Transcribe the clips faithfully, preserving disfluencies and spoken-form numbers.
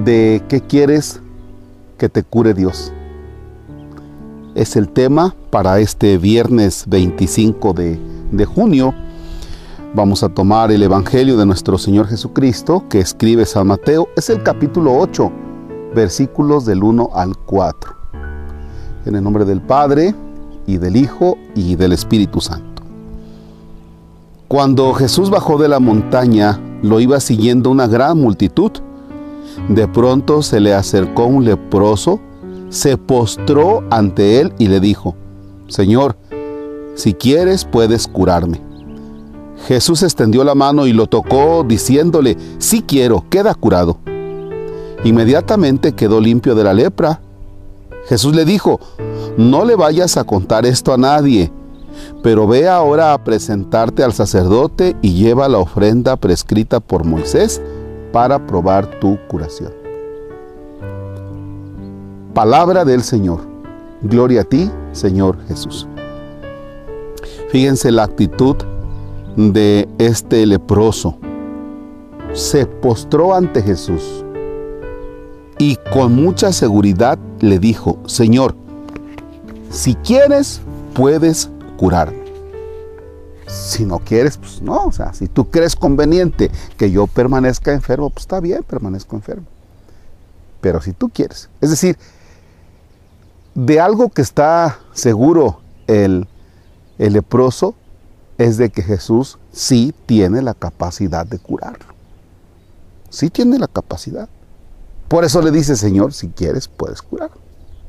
de qué quieres que te cure Dios. Es el tema para este viernes veinticinco de, de junio. Vamos a tomar el Evangelio de nuestro Señor Jesucristo que escribe San Mateo. Es el capítulo ocho, versículos del uno al cuatro. En el nombre del Padre, y del Hijo, y del Espíritu Santo. Cuando Jesús bajó de la montaña, lo iba siguiendo una gran multitud. De pronto se le acercó un leproso, se postró ante él y le dijo: Señor, si quieres puedes curarme. Jesús extendió la mano y lo tocó, diciéndole: sí quiero, queda curado. Inmediatamente quedó limpio de la lepra. Jesús le dijo: no le vayas a contar esto a nadie, pero ve ahora a presentarte al sacerdote y lleva la ofrenda prescrita por Moisés para probar tu curación. Palabra del Señor. Gloria a ti, Señor Jesús. Fíjense la actitud de este leproso. Se postró ante Jesús y con mucha seguridad le dijo: Señor, si quieres, puedes curarme. Si no quieres, pues no. O sea, si tú crees conveniente que yo permanezca enfermo, pues está bien, permanezco enfermo. Pero si tú quieres, es decir, de algo que está seguro el, el leproso, es de que Jesús sí tiene la capacidad de curarlo. Sí tiene la capacidad. Por eso le dice: Señor, si quieres, puedes curarlo.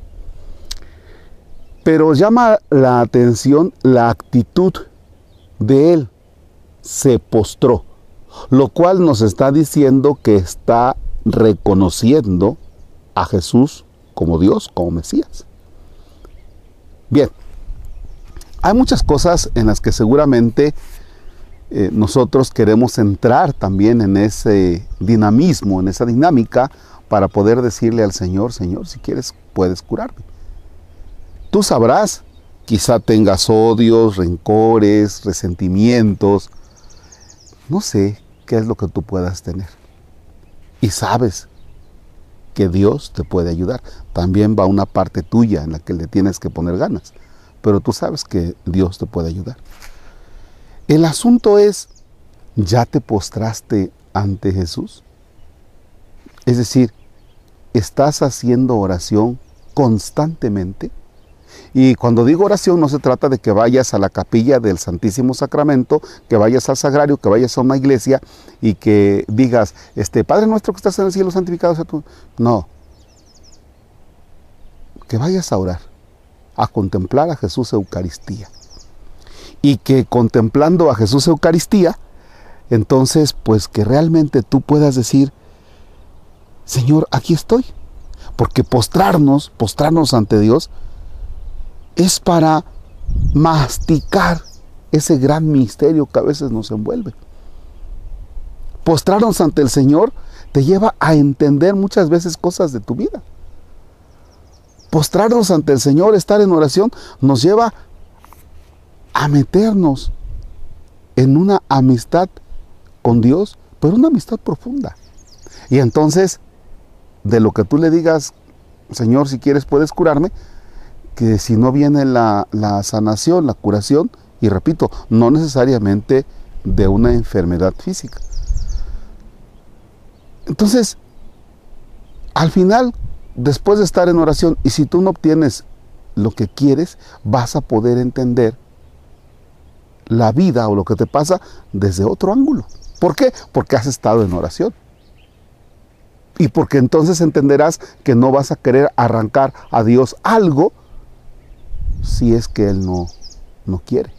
Pero llama la atención la actitud de él. Se postró, lo cual nos está diciendo que está reconociendo a Jesús como Dios, como Mesías. Bien, hay muchas cosas en las que seguramente eh, nosotros queremos entrar también en ese dinamismo, en esa dinámica, para poder decirle al Señor: Señor, si quieres, puedes curarme. Tú sabrás, quizá tengas odios, rencores, resentimientos, no sé qué es lo que tú puedas tener. Y sabes que Dios te puede ayudar. También va una parte tuya en la que le tienes que poner ganas, pero tú sabes que Dios te puede ayudar. El asunto es: ¿ya te postraste ante Jesús? Es decir, ¿estás haciendo oración constantemente? Y cuando digo oración, no se trata de que vayas a la capilla del Santísimo Sacramento, que vayas al sagrario, que vayas a una iglesia y que digas, este, Padre nuestro que estás en el cielo, santificado sea tu... No. Que vayas a orar, a contemplar a Jesús Eucaristía. Y que contemplando a Jesús Eucaristía, entonces, pues que realmente tú puedas decir: Señor, aquí estoy. Porque postrarnos, postrarnos ante Dios, es para masticar ese gran misterio que a veces nos envuelve. Postrarnos ante el Señor te lleva a entender muchas veces cosas de tu vida. Postrarnos ante el Señor, estar en oración, nos lleva a meternos en una amistad con Dios, pero una amistad profunda. Y entonces, de lo que tú le digas: Señor, si quieres puedes curarme, que si no viene la, la sanación, la curación, y repito, no necesariamente de una enfermedad física. Entonces, al final, después de estar en oración, y si tú no obtienes lo que quieres, vas a poder entender la vida o lo que te pasa desde otro ángulo. ¿Por qué? Porque has estado en oración. Y porque entonces entenderás que no vas a querer arrancar a Dios algo si es que Él no, no quiere.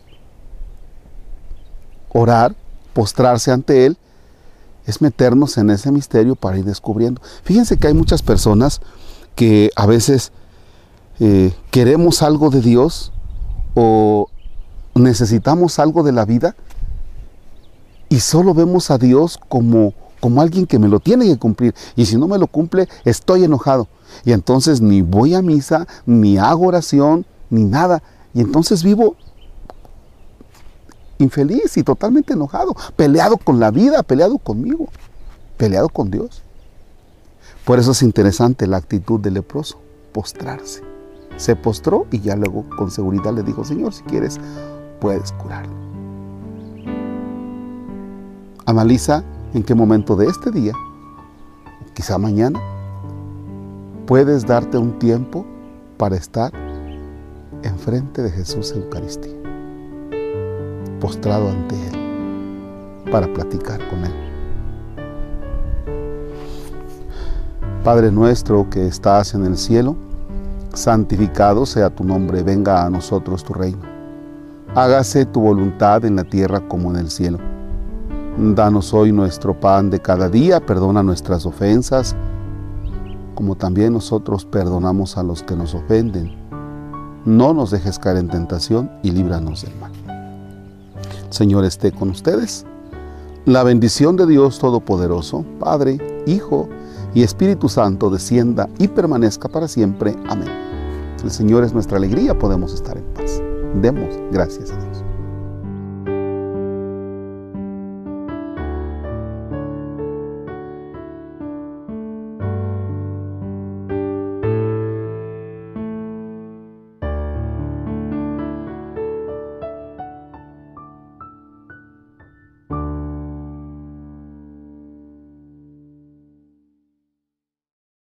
Orar, postrarse ante Él, es meternos en ese misterio para ir descubriendo. Fíjense que hay muchas personas que a veces eh, queremos algo de Dios o necesitamos algo de la vida y solo vemos a Dios como, como alguien que me lo tiene que cumplir, y si no me lo cumple, estoy enojado. Y entonces ni voy a misa, ni hago oración, ni nada. Y entonces vivo infeliz y totalmente enojado, peleado con la vida, peleado conmigo, peleado con Dios. Por eso es interesante la actitud del leproso, postrarse. Se postró y ya luego con seguridad le dijo: Señor, si quieres, puedes curarlo. Analiza en qué momento de este día, quizá mañana, puedes darte un tiempo para estar enfrente de Jesús en Eucaristía, postrado ante Él, para platicar con Él. Padre nuestro que estás en el cielo, santificado sea tu nombre, venga a nosotros tu reino. Hágase tu voluntad en la tierra como en el cielo. Danos hoy nuestro pan de cada día, perdona nuestras ofensas, como también nosotros perdonamos a los que nos ofenden. No nos dejes caer en tentación y líbranos del mal. El Señor esté con ustedes. La bendición de Dios Todopoderoso, Padre, Hijo y Espíritu Santo, descienda y permanezca para siempre. Amén. El Señor es nuestra alegría, podemos estar en paz. Demos gracias a Dios.